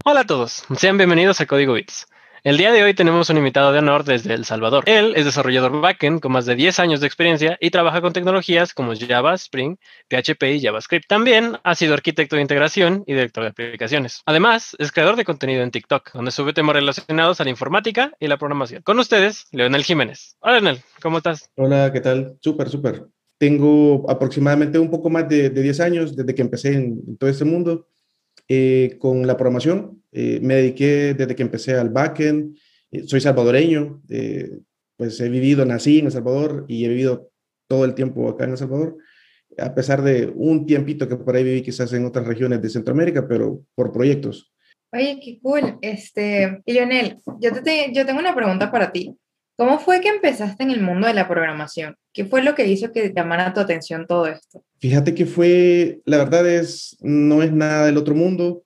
Hola a todos, sean bienvenidos a Código Bits. El día de hoy tenemos un invitado de honor desde El Salvador. Él es desarrollador backend con más de 10 años de experiencia y trabaja con tecnologías como Java, Spring, PHP y JavaScript. También ha sido arquitecto de integración y director de aplicaciones. Además, es creador de contenido en TikTok, donde sube temas relacionados a la informática y la programación. Con ustedes, Leonel Jiménez. Hola, Leonel, ¿cómo estás? Hola, ¿qué tal? Súper, súper. Tengo aproximadamente un poco más de 10 años desde que empecé en todo este mundo con la programación. Me dediqué desde que empecé al backend. Soy salvadoreño, pues he vivido, nací en El Salvador y he vivido todo el tiempo acá en El Salvador, a pesar de un tiempito que por ahí viví quizás en otras regiones de Centroamérica, pero por proyectos. Oye, qué cool. Y Lionel, yo tengo una pregunta para ti. ¿Cómo fue que empezaste en el mundo de la programación? ¿Qué fue lo que hizo que llamara tu atención todo esto? Fíjate que fue, la verdad es, no es nada del otro mundo.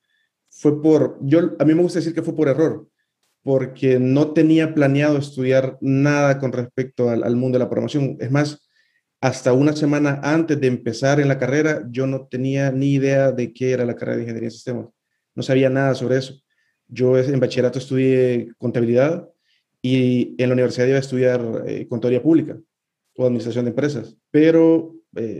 A mí me gusta decir que fue por error, porque no tenía planeado estudiar nada con respecto al mundo de la programación. Es más, hasta una semana antes de empezar en la carrera, yo no tenía ni idea de qué era la carrera de ingeniería de sistemas. No sabía nada sobre eso. Yo en bachillerato estudié contabilidad y en la universidad iba a estudiar contaduría pública o administración de empresas, pero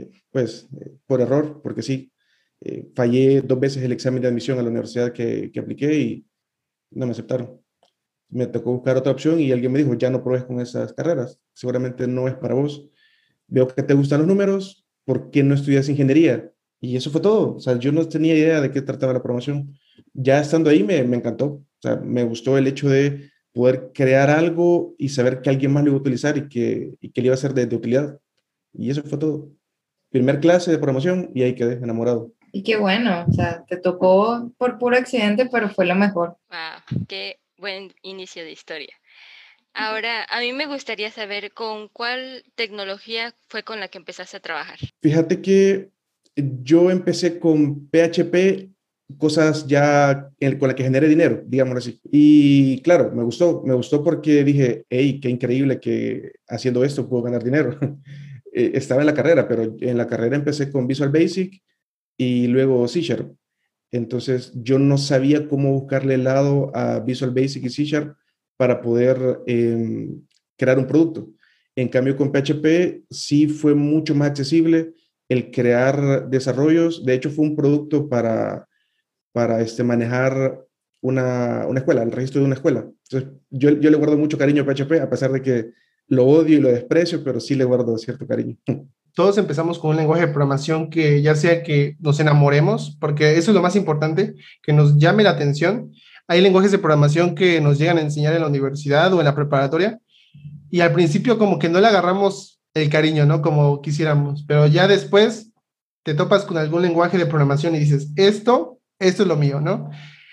por error, porque sí, fallé 2 veces el examen de admisión a la universidad que apliqué y no me aceptaron. Me tocó buscar otra opción y alguien me dijo, ya no pruebes con esas carreras, seguramente no es para vos. Veo que te gustan los números, ¿por qué no estudias ingeniería? Y eso fue todo. O sea, yo no tenía idea de qué trataba la programación. Ya estando ahí me encantó. O sea, me gustó el hecho de poder crear algo y saber que alguien más lo iba a utilizar y que le iba a ser de utilidad. Y eso fue todo. Primer clase de programación y ahí quedé enamorado. Y qué bueno, o sea, te tocó por puro accidente, pero fue lo mejor. Wow, qué buen inicio de historia. Ahora, a mí me gustaría saber con cuál tecnología fue con la que empezaste a trabajar. Fíjate que yo empecé con PHP, cosas ya con las que generé dinero, digámoslo así. Y claro, me gustó porque dije, hey, qué increíble que haciendo esto puedo ganar dinero. Estaba en la carrera, pero en la carrera empecé con Visual Basic y luego C Sharp. Entonces yo no sabía cómo buscarle el lado a Visual Basic y C Sharp para poder crear un producto. En cambio, con PHP sí fue mucho más accesible el crear desarrollos. De hecho, fue un producto para manejar una escuela, el registro de una escuela. Entonces, yo le guardo mucho cariño a PHP, a pesar de que lo odio y lo desprecio, pero sí le guardo cierto cariño. Todos empezamos con un lenguaje de programación que ya sea que nos enamoremos, porque eso es lo más importante, que nos llame la atención. Hay lenguajes de programación que nos llegan a enseñar en la universidad o en la preparatoria, y al principio como que no le agarramos el cariño, ¿no? Como quisiéramos, pero ya después te topas con algún lenguaje de programación y dices, esto es lo mío, ¿no?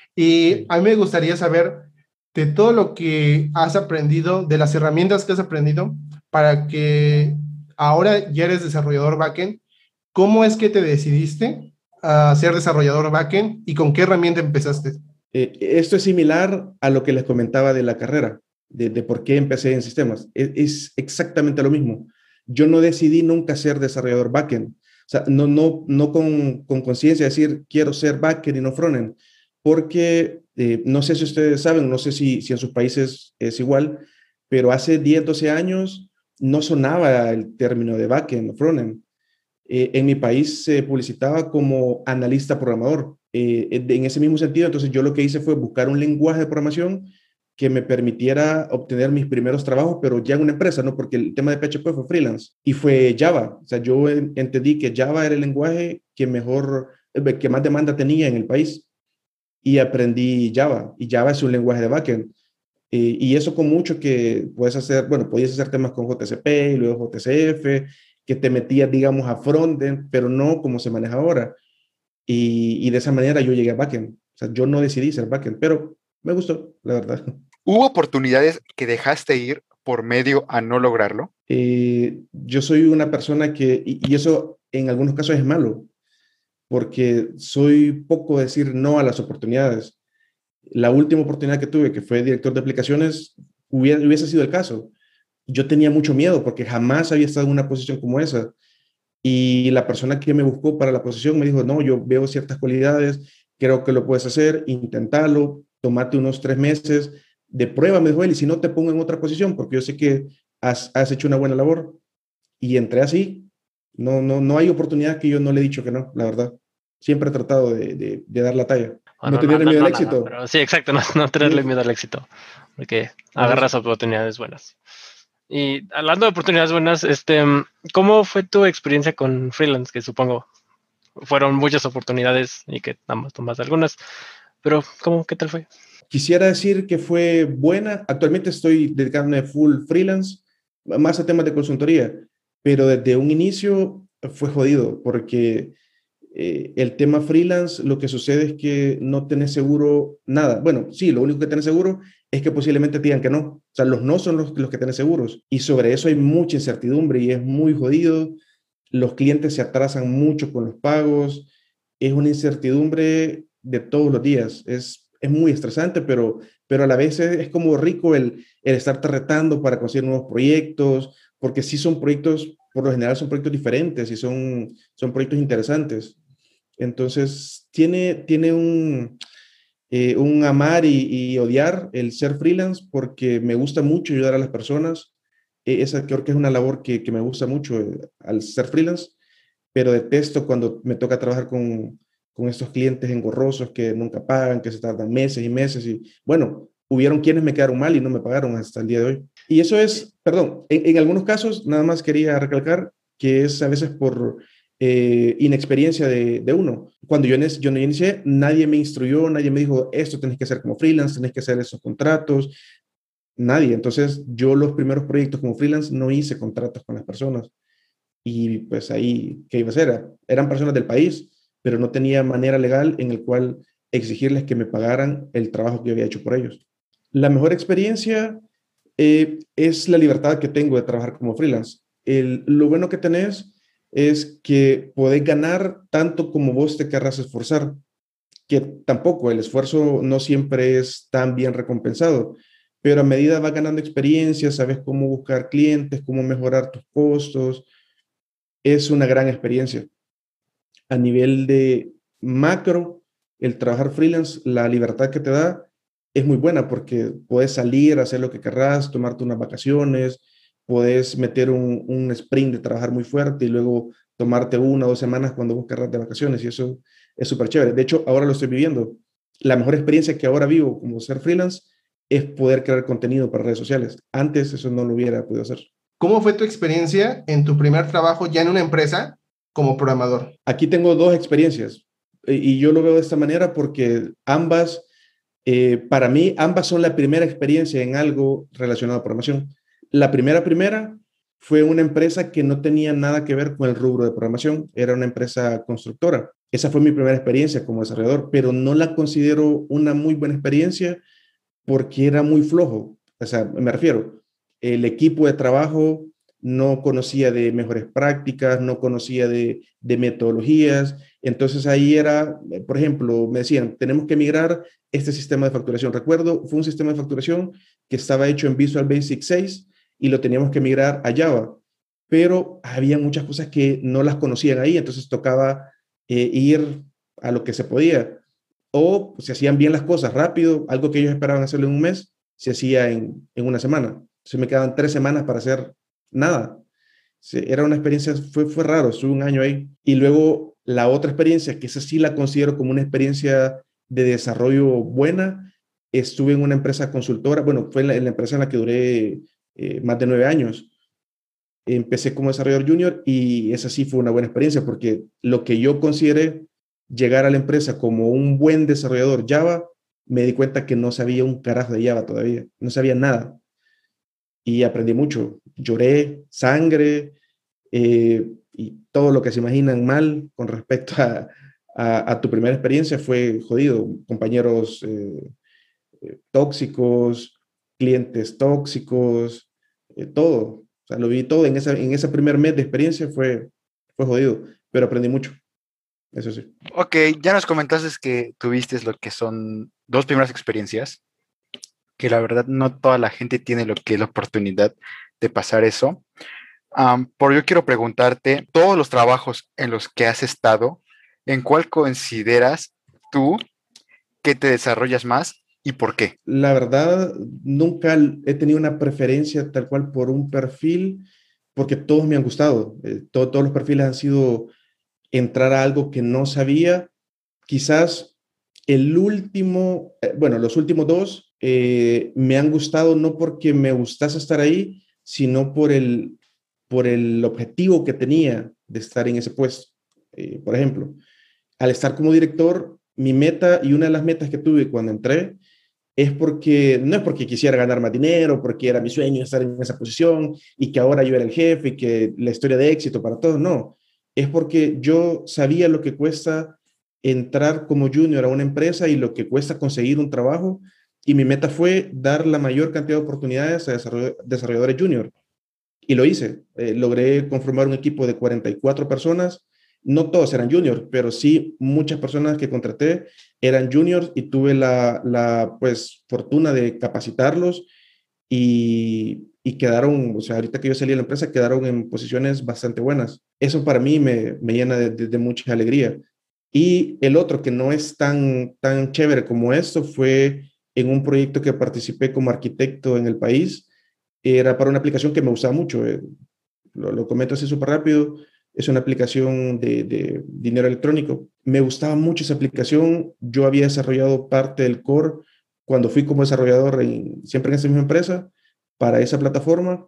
Y a mí me gustaría saber de todo lo que has aprendido, de las herramientas que has aprendido, para que ahora ya eres desarrollador backend. ¿Cómo es que te decidiste a ser desarrollador backend y con qué herramienta empezaste? Esto es similar a lo que les comentaba de la carrera, de por qué empecé en sistemas. Es exactamente lo mismo. Yo no decidí nunca ser desarrollador backend. O sea, no con conciencia decir quiero ser backend y no frontend, porque no sé si ustedes saben, no sé si en sus países es igual, pero hace 10, 12 años no sonaba el término de backend o frontend. En mi país se publicitaba como analista programador. En ese mismo sentido, entonces yo lo que hice fue buscar un lenguaje de programación que me permitiera obtener mis primeros trabajos, pero ya en una empresa, ¿no? Porque el tema de PHP fue freelance y fue Java. O sea, yo entendí que Java era el lenguaje que más demanda tenía en el país y aprendí Java. Y Java es un lenguaje de backend. Y eso con mucho que puedes hacer, bueno, podías hacer temas con JCP y luego JCF, que te metías, digamos, a frontend, pero no como se maneja ahora. Y de esa manera yo llegué a backend. O sea, yo no decidí ser backend, pero me gustó, la verdad. ¿Hubo oportunidades que dejaste ir por medio a no lograrlo? Yo soy una persona y eso en algunos casos es malo, porque soy poco decir no a las oportunidades. La última oportunidad que tuve, que fue director de aplicaciones, hubiese sido el caso. Yo tenía mucho miedo porque jamás había estado en una posición como esa. Y la persona que me buscó para la posición me dijo, no, yo veo ciertas cualidades creo que lo puedes hacer, inténtalo, tomate unos 3 meses de prueba, me dijo él, y si no te pongo en otra posición, porque yo sé que has hecho una buena labor. Y entré así, no hay oportunidad que yo no le he dicho que no, la verdad. Siempre he tratado de dar la talla. No Bueno, tener miedo al nada, éxito. pero sí, exacto, no tenerle miedo al éxito, porque agarras oportunidades buenas. Y hablando de oportunidades buenas, ¿cómo fue tu experiencia con freelance? Que supongo fueron muchas oportunidades y que nada más tomaste algunas, pero ¿qué tal fue? Quisiera decir que fue buena. Actualmente estoy dedicándome full freelance, más a temas de consultoría, pero desde un inicio fue jodido porque el tema freelance, lo que sucede es que no tenés seguro nada. Bueno, sí, lo único que tenés seguro es que posiblemente te digan que no. O sea, los no son los que tenés seguros. Y sobre eso hay mucha incertidumbre y es muy jodido. Los clientes se atrasan mucho con los pagos. Es una incertidumbre de todos los días. Es muy estresante, pero a la vez es como rico el estarte retando para conseguir nuevos proyectos, porque sí son proyectos, por lo general son proyectos diferentes y son proyectos interesantes. Entonces, tiene un amar y odiar el ser freelance porque me gusta mucho ayudar a las personas. Esa creo que es una labor que me gusta mucho al ser freelance, pero detesto cuando me toca trabajar con estos clientes engorrosos que nunca pagan, que se tardan meses y meses. Y bueno, hubieron quienes me quedaron mal y no me pagaron hasta el día de hoy. Y eso es, perdón, en algunos casos, nada más quería recalcar que es a veces por inexperiencia de uno. Cuando yo no inicié, nadie me instruyó, nadie me dijo, esto tenés que hacer como freelance, tenés que hacer esos contratos, nadie. Entonces, yo los primeros proyectos como freelance no hice contratos con las personas. Y pues ahí, ¿qué iba a hacer? Eran personas del país, pero no tenía manera legal en el cual exigirles que me pagaran el trabajo que yo había hecho por ellos. La mejor experiencia es la libertad que tengo de trabajar como freelance. Lo bueno que tenés es que podés ganar tanto como vos te querrás esforzar, que tampoco el esfuerzo no siempre es tan bien recompensado, pero a medida vas ganando experiencia, sabes cómo buscar clientes, cómo mejorar tus costos, es una gran experiencia. A nivel de macro, el trabajar freelance, la libertad que te da es muy buena porque puedes salir, hacer lo que querrás, tomarte unas vacaciones, puedes meter un sprint de trabajar muy fuerte y luego tomarte 1 o 2 semanas cuando vos querrás de vacaciones y eso es súper chévere. De hecho, ahora lo estoy viviendo. La mejor experiencia que ahora vivo como ser freelance es poder crear contenido para redes sociales. Antes eso no lo hubiera podido hacer. ¿Cómo fue tu experiencia en tu primer trabajo ya en una empresa como programador? Aquí tengo 2 experiencias y yo lo veo de esta manera porque ambas, para mí, ambas son la primera experiencia en algo relacionado a programación. La primera fue una empresa que no tenía nada que ver con el rubro de programación, era una empresa constructora. Esa fue mi primera experiencia como desarrollador, pero no la considero una muy buena experiencia porque era muy flojo. O sea, me refiero, el equipo de trabajo no conocía de mejores prácticas, no conocía de metodologías. Entonces ahí era, por ejemplo, me decían, tenemos que migrar este sistema de facturación. Recuerdo, fue un sistema de facturación que estaba hecho en Visual Basic 6 y lo teníamos que migrar a Java, pero había muchas cosas que no las conocían ahí, entonces tocaba ir a lo que se podía o se hacían bien las cosas rápido, algo que ellos esperaban hacerlo en un mes, se hacía en una semana. Entonces me quedaban 3 semanas para hacer nada. Era una experiencia, fue raro, estuve un año ahí. Y luego la otra experiencia, que esa sí la considero como una experiencia de desarrollo buena, estuve en una empresa consultora, bueno, fue en la empresa en la que duré más de 9 años. Empecé como desarrollador junior y esa sí fue una buena experiencia porque lo que yo consideré llegar a la empresa como un buen desarrollador Java, me di cuenta que no sabía un carajo de Java todavía, no sabía nada. Y aprendí mucho. Lloré, sangre y todo lo que se imaginan mal con respecto a tu primera experiencia fue jodido. Compañeros tóxicos, clientes tóxicos, todo. O sea, lo vi todo en ese primer mes de experiencia, fue jodido, pero aprendí mucho. Eso sí. Ok, ya nos comentaste que tuviste lo que son 2 primeras experiencias, que la verdad no toda la gente tiene lo que es la oportunidad de pasar eso. Por yo quiero preguntarte, todos los trabajos en los que has estado, ¿en cuál consideras tú que te desarrollas más y por qué? La verdad, nunca he tenido una preferencia tal cual por un perfil, porque todos me han gustado. Todos los perfiles han sido entrar a algo que no sabía. Quizás el último, bueno, los últimos dos me han gustado no porque me gustase estar ahí, sino por el objetivo que tenía de estar en ese puesto. Por ejemplo, al estar como director, mi meta y una de las metas que tuve cuando entré es porque, no es porque quisiera ganar más dinero, porque era mi sueño estar en esa posición y que ahora yo era el jefe y que la historia de éxito para todos, no. Es porque yo sabía lo que cuesta entrar como junior a una empresa y lo que cuesta conseguir un trabajo y mi meta fue dar la mayor cantidad de oportunidades a desarrolladores junior. Y lo hice. Logré conformar un equipo de 44 personas. No todos eran juniors, pero sí muchas personas que contraté eran juniors y tuve pues, fortuna de capacitarlos y quedaron, o sea, ahorita que yo salí de la empresa, quedaron en posiciones bastante buenas. Eso para mí me llena de mucha alegría. Y el otro que no es tan chévere como esto fue en un proyecto que participé como arquitecto en el país. Era para una aplicación que me gustaba mucho. Lo comento así súper rápido. Es una aplicación de dinero electrónico. Me gustaba mucho esa aplicación. Yo había desarrollado parte del core cuando fui como desarrollador siempre en esa misma empresa para esa plataforma.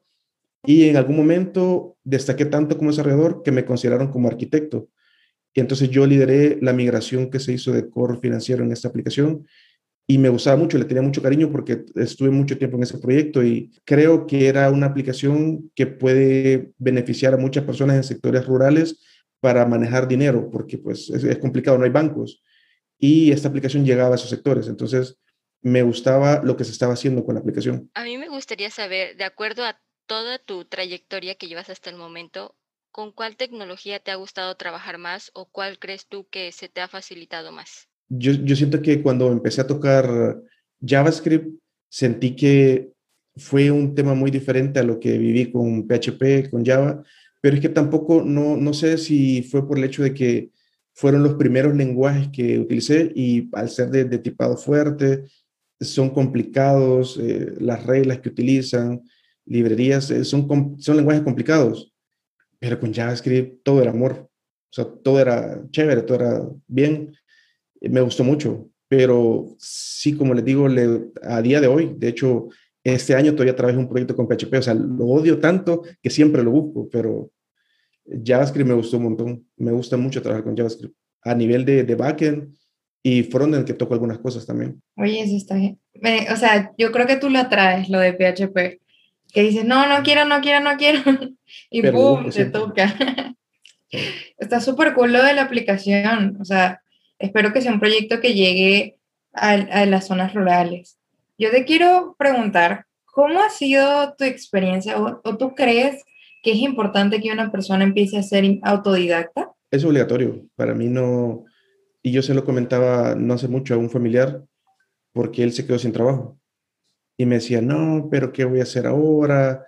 Y en algún momento destaqué tanto como desarrollador que me consideraron como arquitecto. Y entonces yo lideré la migración que se hizo de core financiero en esta aplicación y me gustaba mucho, le tenía mucho cariño porque estuve mucho tiempo en ese proyecto y creo que era una aplicación que puede beneficiar a muchas personas en sectores rurales para manejar dinero, porque pues es complicado, no hay bancos. Y esta aplicación llegaba a esos sectores. Entonces, me gustaba lo que se estaba haciendo con la aplicación. A mí me gustaría saber, de acuerdo a toda tu trayectoria que llevas hasta el momento, ¿con cuál tecnología te ha gustado trabajar más o cuál crees tú que se te ha facilitado más? Yo siento que cuando empecé a tocar JavaScript, sentí que fue un tema muy diferente a lo que viví con PHP, con Java, pero es que tampoco, no sé si fue por el hecho de que fueron los primeros lenguajes que utilicé y al ser de tipado fuerte, son complicados, las reglas que utilizan, librerías, son lenguajes complicados, pero con JavaScript todo era amor, o sea, todo era chévere, todo era bien, me gustó mucho, pero sí, como les digo, a día de hoy, de hecho, este año todavía trabajé en un proyecto con PHP, o sea, lo odio tanto que siempre lo busco, pero JavaScript me gustó un montón, me gusta mucho trabajar con JavaScript, a nivel de backend y frontend, que toco algunas cosas también. Oye, eso está bien. O sea, yo creo que tú lo atraes, lo de PHP, que dices, no, no quiero, no quiero, no quiero, y Pero lo ¡pum!, busco te siempre. toca. Sí. Está súper cool lo de la aplicación, o sea, espero que sea un proyecto que llegue a las zonas rurales. Yo te quiero preguntar, ¿cómo ha sido tu experiencia o tú crees que es importante que una persona empiece a ser autodidacta? Es obligatorio, para mí no, y yo se lo comentaba no hace mucho a un familiar, porque él se quedó sin trabajo. Y me decía, no, pero ¿qué voy a hacer ahora?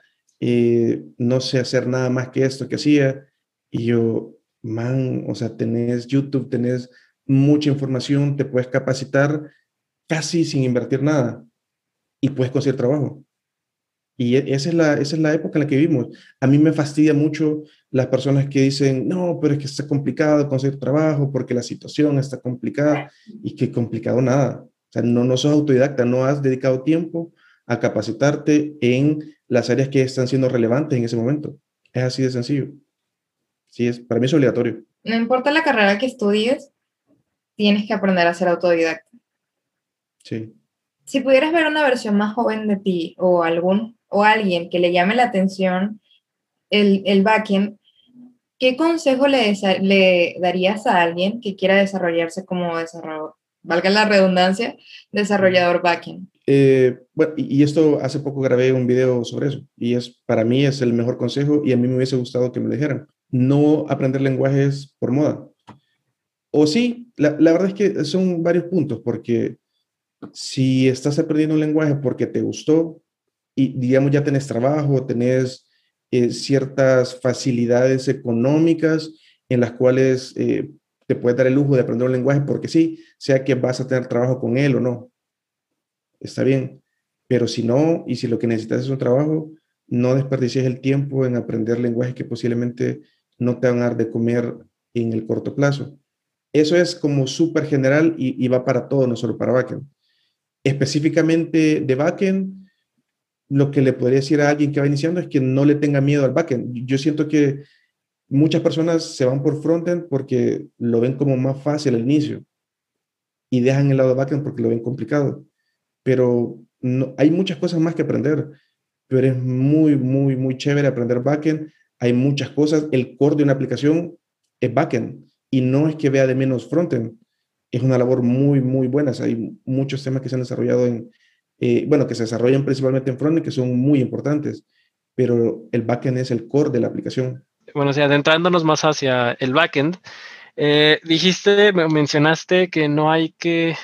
No sé hacer nada más que esto que hacía. Y yo, man, o sea, tenés YouTube, tenés mucha información, te puedes capacitar casi sin invertir nada y puedes conseguir trabajo. Y esa es la época en la que vivimos. A mí me fastidia mucho las personas que dicen, no, pero es que está complicado conseguir trabajo porque la situación está complicada y que complicado nada. O sea, no sos autodidacta, no has dedicado tiempo a capacitarte en las áreas que están siendo relevantes en ese momento. Es así de sencillo. Sí, para mí es obligatorio. No importa la carrera que estudies, tienes que aprender a ser autodidacta. Sí. Si pudieras ver una versión más joven de ti o alguien que le llame la atención el backend, ¿qué consejo le darías a alguien que quiera desarrollarse como desarrollador, valga la redundancia, desarrollador backend? Bueno, y esto hace poco grabé un video sobre eso y para mí es el mejor consejo y a mí me hubiese gustado que me lo dijeran. No aprender lenguajes por moda. O sí, la verdad es que son varios puntos porque si estás aprendiendo un lenguaje porque te gustó y digamos ya tenés trabajo, tenés ciertas facilidades económicas en las cuales te puedes dar el lujo de aprender un lenguaje porque sí, sea que vas a tener trabajo con él o no. Está bien. Pero si no, y si lo que necesitas es un trabajo, no desperdicies el tiempo en aprender lenguajes que posiblemente no te van a dar de comer en el corto plazo. Eso es como súper general y va para todo, no solo para backend. Específicamente de backend, lo que le podría decir a alguien que va iniciando es que no le tenga miedo al backend. Yo siento que muchas personas se van por frontend porque lo ven como más fácil al inicio y dejan el lado de backend porque lo ven complicado. Pero no, hay muchas cosas más que aprender, pero es muy, muy, muy chévere aprender backend. Hay muchas cosas. El core de una aplicación es backend y no es que vea de menos frontend. Es una labor muy, muy buena. O sea, hay muchos temas que se han desarrollado bueno, que se desarrollan principalmente en frontend que son muy importantes, pero el backend es el core de la aplicación. Bueno, o sea, adentrándonos más hacia el backend, mencionaste que no hay que,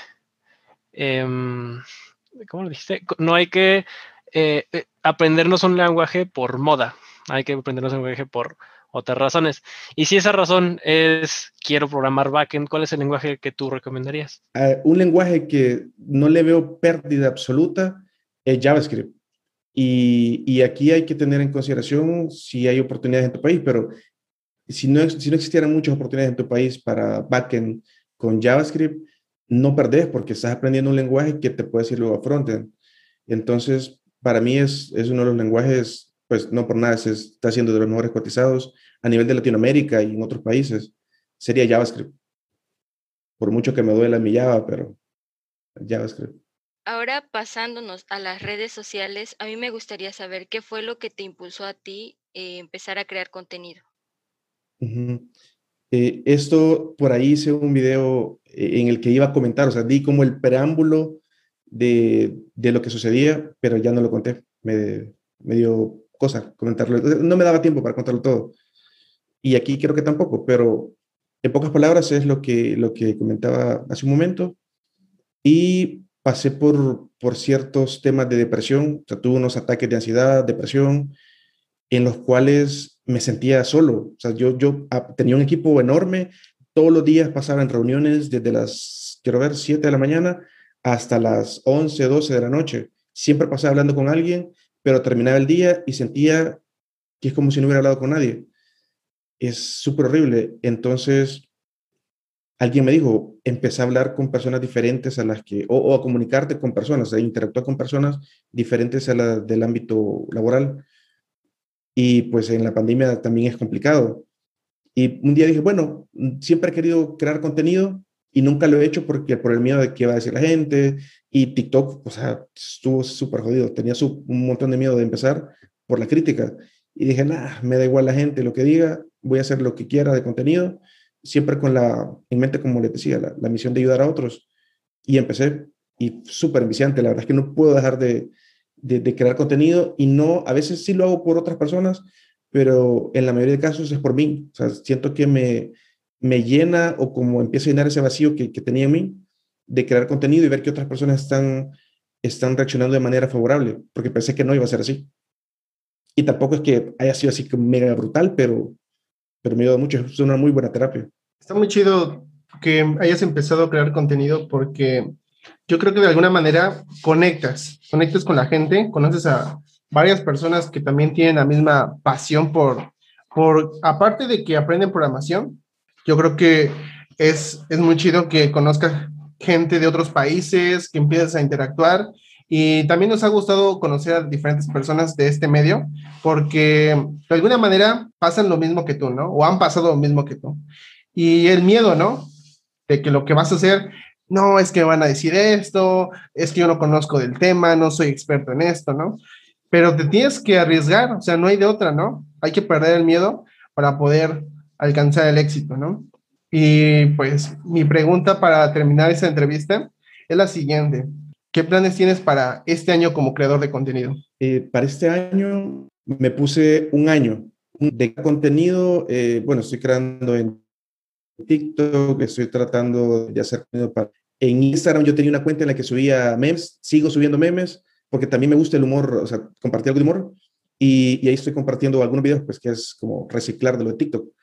¿cómo lo dijiste? No hay que aprendernos un lenguaje por moda, hay que aprendernos un lenguaje por otras razones. Y si esa razón es quiero programar backend, ¿cuál es el lenguaje que tú recomendarías? Un lenguaje que no le veo pérdida absoluta es JavaScript. Y aquí hay que tener en consideración si hay oportunidades en tu país, pero si no existieran muchas oportunidades en tu país para backend con JavaScript, no perdés porque estás aprendiendo un lenguaje que te puede ir luego a frontend. Entonces, para mí es uno de los lenguajes, pues no por nada, se está siendo de los mejores cotizados a nivel de Latinoamérica y en otros países. Sería JavaScript. Por mucho que me duela mi Java, pero JavaScript. Ahora pasándonos a las redes sociales, a mí me gustaría saber qué fue lo que te impulsó a ti empezar a crear contenido. Ujú. Esto por ahí hice un video en el que iba a comentar, o sea, di como el preámbulo de lo que sucedía, pero ya no lo conté. Me dio cosa comentarlo. No me daba tiempo para contarlo todo. Y aquí creo que tampoco, pero en pocas palabras es lo que comentaba hace un momento. Y pasé por ciertos temas de depresión, o sea, tuve unos ataques de ansiedad, depresión, en los cuales me sentía solo. O sea, yo tenía un equipo enorme, todos los días pasaba en reuniones desde las, quiero ver, 7 de la mañana hasta las 11 12 de la noche. Siempre pasaba hablando con alguien, pero terminaba el día y sentía que es como si no hubiera hablado con nadie. Es súper horrible. Entonces, alguien me dijo, empecé a hablar con personas diferentes a las que, o a comunicarte con personas, a interactuar con personas diferentes a las del ámbito laboral. Y pues en la pandemia también es complicado. Y un día dije, bueno, siempre he querido crear contenido y nunca lo he hecho porque por el miedo de qué va a decir la gente. Y TikTok, o sea, estuvo súper jodido. Tenía un montón de miedo de empezar por la crítica. Y dije, nada, me da igual la gente lo que diga, voy a hacer lo que quiera de contenido, siempre con en mente, como les decía, la misión de ayudar a otros. Y empecé, y súper enviciante. La verdad es que no puedo dejar de crear contenido y no, a veces sí lo hago por otras personas, pero en la mayoría de casos es por mí. O sea, siento que me llena o como empiezo a llenar ese vacío que tenía en mí de crear contenido y ver que otras personas están reaccionando de manera favorable, porque pensé que no iba a ser así. Y tampoco es que haya sido así como mega brutal, pero me ayuda mucho. Es una muy buena terapia. Está muy chido que hayas empezado a crear contenido porque yo creo que de alguna manera conectas con la gente, conoces a varias personas que también tienen la misma pasión aparte de que aprenden programación, yo creo que es muy chido que conozcas gente de otros países, que empieces a interactuar y también nos ha gustado conocer a diferentes personas de este medio porque de alguna manera pasan lo mismo que tú, ¿no? O han pasado lo mismo que tú. Y el miedo, ¿no? De que lo que vas a hacer, no, es que van a decir esto, es que yo no conozco del tema, no soy experto en esto, ¿no? Pero te tienes que arriesgar, o sea, no hay de otra, ¿no? Hay que perder el miedo para poder alcanzar el éxito, ¿no? Y pues mi pregunta para terminar esta entrevista es la siguiente. ¿Qué planes tienes para este año como creador de contenido? Para este año me puse un año de contenido. Bueno, estoy creando en TikTok, estoy tratando de hacer contenido en Instagram. Yo tenía una cuenta en la que subía memes, sigo subiendo memes porque también me gusta el humor, o sea, compartir algo de humor y ahí estoy compartiendo algunos videos, pues que es como reciclar de lo de TikTok.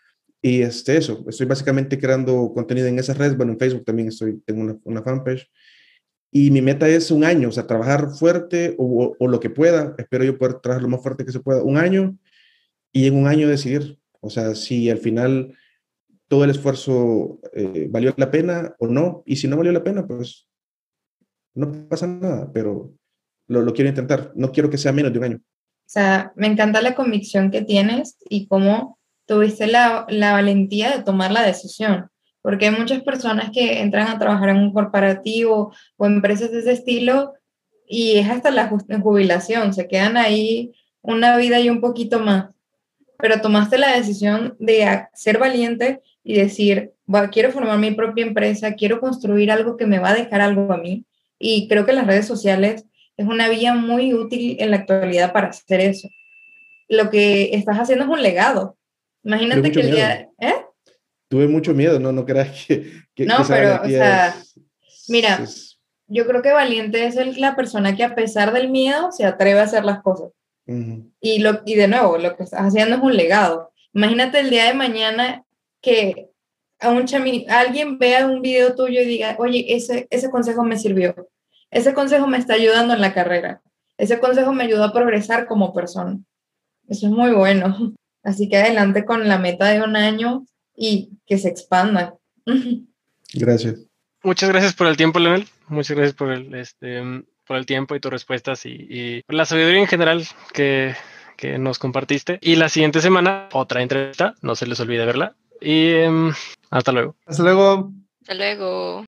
Y eso, estoy básicamente creando contenido en esas redes. Bueno, en Facebook también tengo una fanpage. Y mi meta es 1 año, o sea, trabajar fuerte o lo que pueda. Espero yo poder trabajar lo más fuerte que se pueda. 1 año y en 1 año decidir. O sea, si al final todo el esfuerzo valió la pena o no. Y si no valió la pena, pues no pasa nada, pero lo quiero intentar. No quiero que sea menos de 1 año. O sea, me encanta la convicción que tienes y cómo tuviste la valentía de tomar la decisión, porque hay muchas personas que entran a trabajar en un corporativo o empresas de ese estilo y es hasta la jubilación, se quedan ahí una vida y un poquito más, pero tomaste la decisión de ser valiente y decir, quiero formar mi propia empresa, quiero construir algo que me va a dejar algo a mí, y creo que las redes sociales es una vía muy útil en la actualidad para hacer eso. Lo que estás haciendo es un legado. Imagínate que el día... Tuve mucho miedo, no creas que No, esa pero, o sea, mira, es- yo creo que valiente es la persona que a pesar del miedo se atreve a hacer las cosas. Ujú. Y de nuevo, lo que estás haciendo es un legado. Imagínate el día de mañana que alguien vea un video tuyo y diga, oye, ese consejo me sirvió. Ese consejo me está ayudando en la carrera. Ese consejo me ayudó a progresar como persona. Eso es muy bueno. Así que adelante con la meta de 1 año y que se expanda. Gracias. Muchas gracias por el tiempo, Leonel. Muchas gracias por el tiempo y tus respuestas y por la sabiduría en general que nos compartiste. Y la siguiente semana, otra entrevista. No se les olvide verla. Y hasta luego. Hasta luego. Hasta luego.